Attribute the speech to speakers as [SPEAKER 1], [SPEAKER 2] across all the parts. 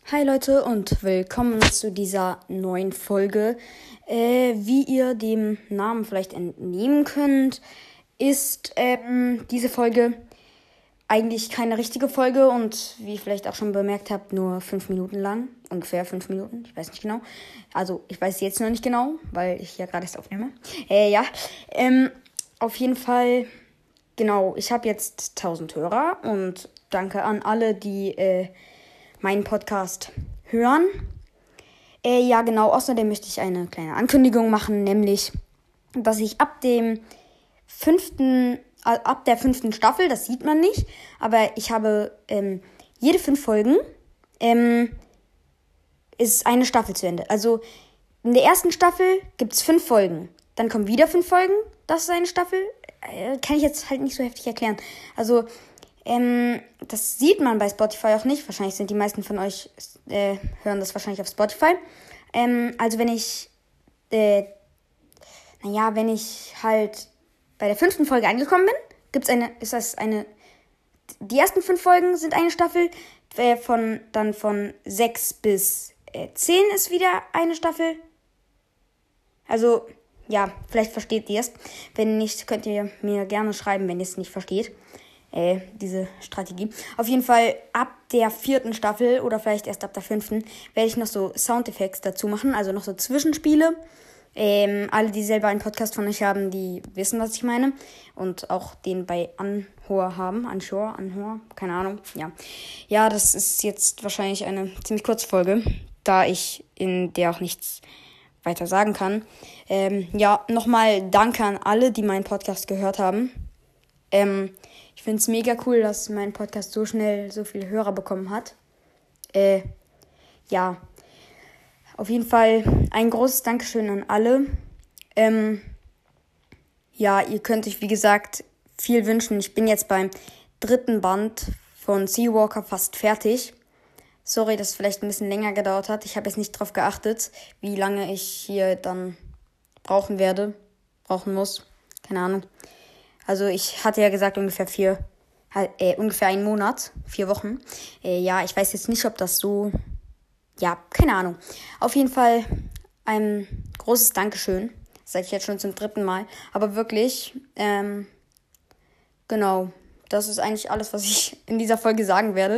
[SPEAKER 1] Hi Leute und willkommen zu dieser neuen Folge. Wie ihr dem Namen vielleicht entnehmen könnt, ist diese Folge eigentlich keine richtige Folge und wie ihr vielleicht auch schon bemerkt habt, nur 5 Minuten lang. Ungefähr 5 Minuten, ich weiß nicht genau. Also ich weiß jetzt noch nicht genau, weil ich ja gerade erst aufnehme. Auf jeden Fall, genau, ich habe jetzt 1000 Hörer und danke an alle, die meinen Podcast hören. Genau, außerdem möchte ich eine kleine Ankündigung machen, nämlich, dass ich ab der 5. Staffel, das sieht man nicht, aber ich habe jede 5 Folgen ist eine Staffel zu Ende. Also in der ersten Staffel gibt es 5 Folgen. Dann kommen wieder 5 Folgen, das ist eine Staffel. Kann ich jetzt halt nicht so heftig erklären. Also das sieht man bei Spotify auch nicht. Wahrscheinlich sind die meisten von euch hören das wahrscheinlich auf Spotify. Also wenn ich halt bei der 5. Folge angekommen bin, die ersten 5 Folgen sind eine Staffel, von 6 bis 10 ist wieder eine Staffel. Also, ja, vielleicht versteht ihr es. Wenn nicht, könnt ihr mir gerne schreiben, wenn ihr es nicht versteht. Diese Strategie. Auf jeden Fall ab der 4. Staffel oder vielleicht erst ab der 5. werde ich noch so Soundeffekte dazu machen, also noch so Zwischenspiele. Alle, die selber einen Podcast von euch haben, die wissen, was ich meine. Und auch den bei Anhor haben. Anhor, keine Ahnung. Ja, das ist jetzt wahrscheinlich eine ziemlich kurze Folge, da ich in der auch nichts weiter sagen kann. Nochmal danke an alle, die meinen Podcast gehört haben. Ich finde es mega cool, dass mein Podcast so schnell so viele Hörer bekommen hat. Auf jeden Fall ein großes Dankeschön an alle. Ihr könnt euch, wie gesagt, viel wünschen. Ich bin jetzt beim 3. Band von Seawalker fast fertig. Sorry, dass es vielleicht ein bisschen länger gedauert hat. Ich habe jetzt nicht drauf geachtet, wie lange ich hier dann brauchen muss. Keine Ahnung. Also ich hatte ja gesagt ungefähr einen Monat, 4 Wochen. Ich weiß jetzt nicht, ob das so... Ja, keine Ahnung. Auf jeden Fall ein großes Dankeschön. Das sage ich jetzt schon zum 3. Mal. Aber wirklich, genau, das ist eigentlich alles, was ich in dieser Folge sagen werde.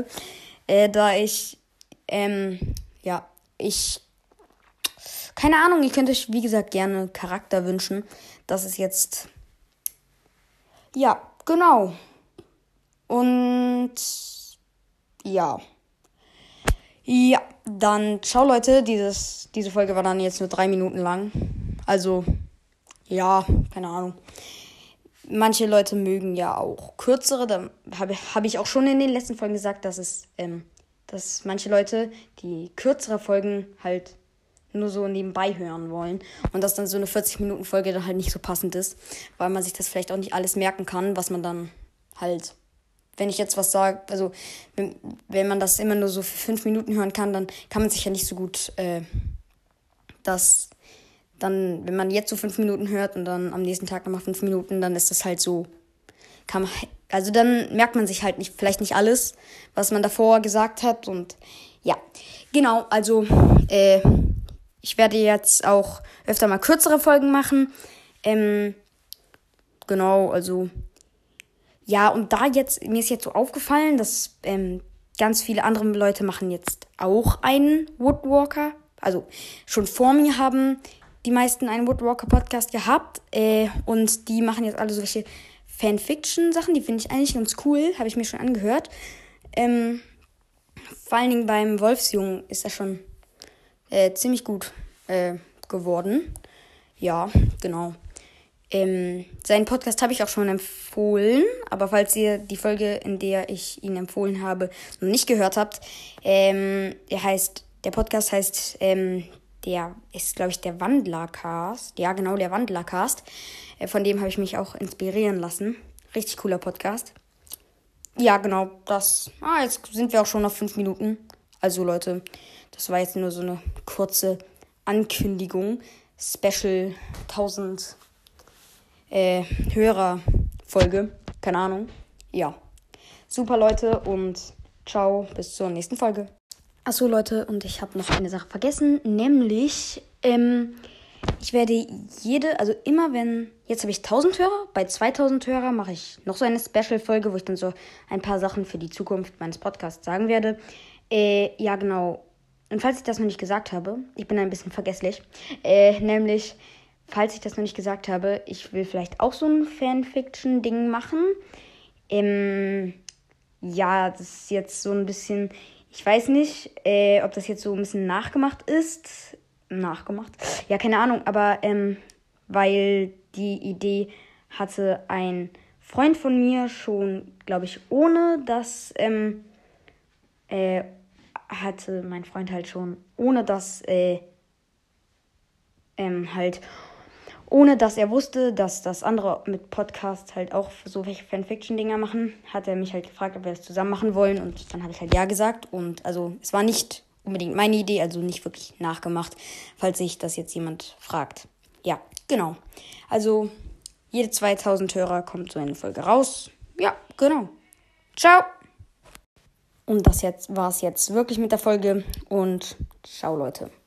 [SPEAKER 1] Keine Ahnung, ihr könnt euch, wie gesagt, gerne Charakter wünschen. Das ist jetzt... Ja, genau. Und ja. Ja, dann ciao Leute. Diese Folge war dann jetzt nur 3 Minuten lang. Also, ja, keine Ahnung. Manche Leute mögen ja auch kürzere. Da habe ich auch schon in den letzten Folgen gesagt, dass manche Leute die kürzere Folgen halt nur so nebenbei hören wollen. Und dass dann so eine 40-Minuten-Folge dann halt nicht so passend ist. Weil man sich das vielleicht auch nicht alles merken kann, was man dann halt... Wenn ich jetzt was sage, also wenn man das immer nur so für 5 Minuten hören kann, dann kann man sich ja nicht so gut wenn man jetzt so 5 Minuten hört und dann am nächsten Tag nochmal 5 Minuten, dann ist das halt so, dann merkt man sich halt vielleicht nicht alles, was man davor gesagt hat und ja, genau, also ich werde jetzt auch öfter mal kürzere Folgen machen, genau, also ja, und mir ist jetzt so aufgefallen, dass ganz viele andere Leute machen jetzt auch einen Woodwalker. Also schon vor mir haben die meisten einen Woodwalker-Podcast gehabt. Und die machen jetzt alle solche Fanfiction-Sachen. Die finde ich eigentlich ganz cool. Habe ich mir schon angehört. Vor allen Dingen beim Wolfsjungen ist er schon ziemlich gut geworden. Ja, genau. Seinen Podcast habe ich auch schon empfohlen, aber falls ihr die Folge, in der ich ihn empfohlen habe, noch nicht gehört habt, der Podcast heißt, der ist, glaube ich, der Wandlercast. Ja, genau, der Wandlercast. Von dem habe ich mich auch inspirieren lassen. Richtig cooler Podcast. Ja, genau, jetzt sind wir auch schon auf 5 Minuten. Also Leute, das war jetzt nur so eine kurze Ankündigung. Special 1000 Hörerfolge. Keine Ahnung. Ja. Super Leute und ciao, bis zur nächsten Folge. Achso, Leute, und ich habe noch eine Sache vergessen, nämlich, ich werde immer wenn, jetzt habe ich 1000 Hörer, bei 2000 Hörer mache ich noch so eine Special-Folge, wo ich dann so ein paar Sachen für die Zukunft meines Podcasts sagen werde. Ja, genau. Und falls ich das noch nicht gesagt habe, ich bin ein bisschen vergesslich, nämlich, falls ich das noch nicht gesagt habe, ich will vielleicht auch so ein Fanfiction-Ding machen. Ja, das ist jetzt so ein bisschen, ich weiß nicht, ob das jetzt so ein bisschen nachgemacht ist. Nachgemacht? Ja, keine Ahnung, aber weil die Idee hatte ein Freund von mir schon, glaube ich, ohne dass, hatte mein Freund halt schon, ohne dass, halt, ohne dass er wusste, dass das andere mit Podcast halt auch so welche Fanfiction-Dinger machen, hat er mich halt gefragt, ob wir das zusammen machen wollen. Und dann habe ich halt ja gesagt. Und also es war nicht unbedingt meine Idee, also nicht wirklich nachgemacht, falls sich das jetzt jemand fragt. Ja, genau. Also jede 2000 Hörer kommt so eine Folge raus. Ja, genau. Ciao. Und das war es jetzt wirklich mit der Folge. Und ciao, Leute.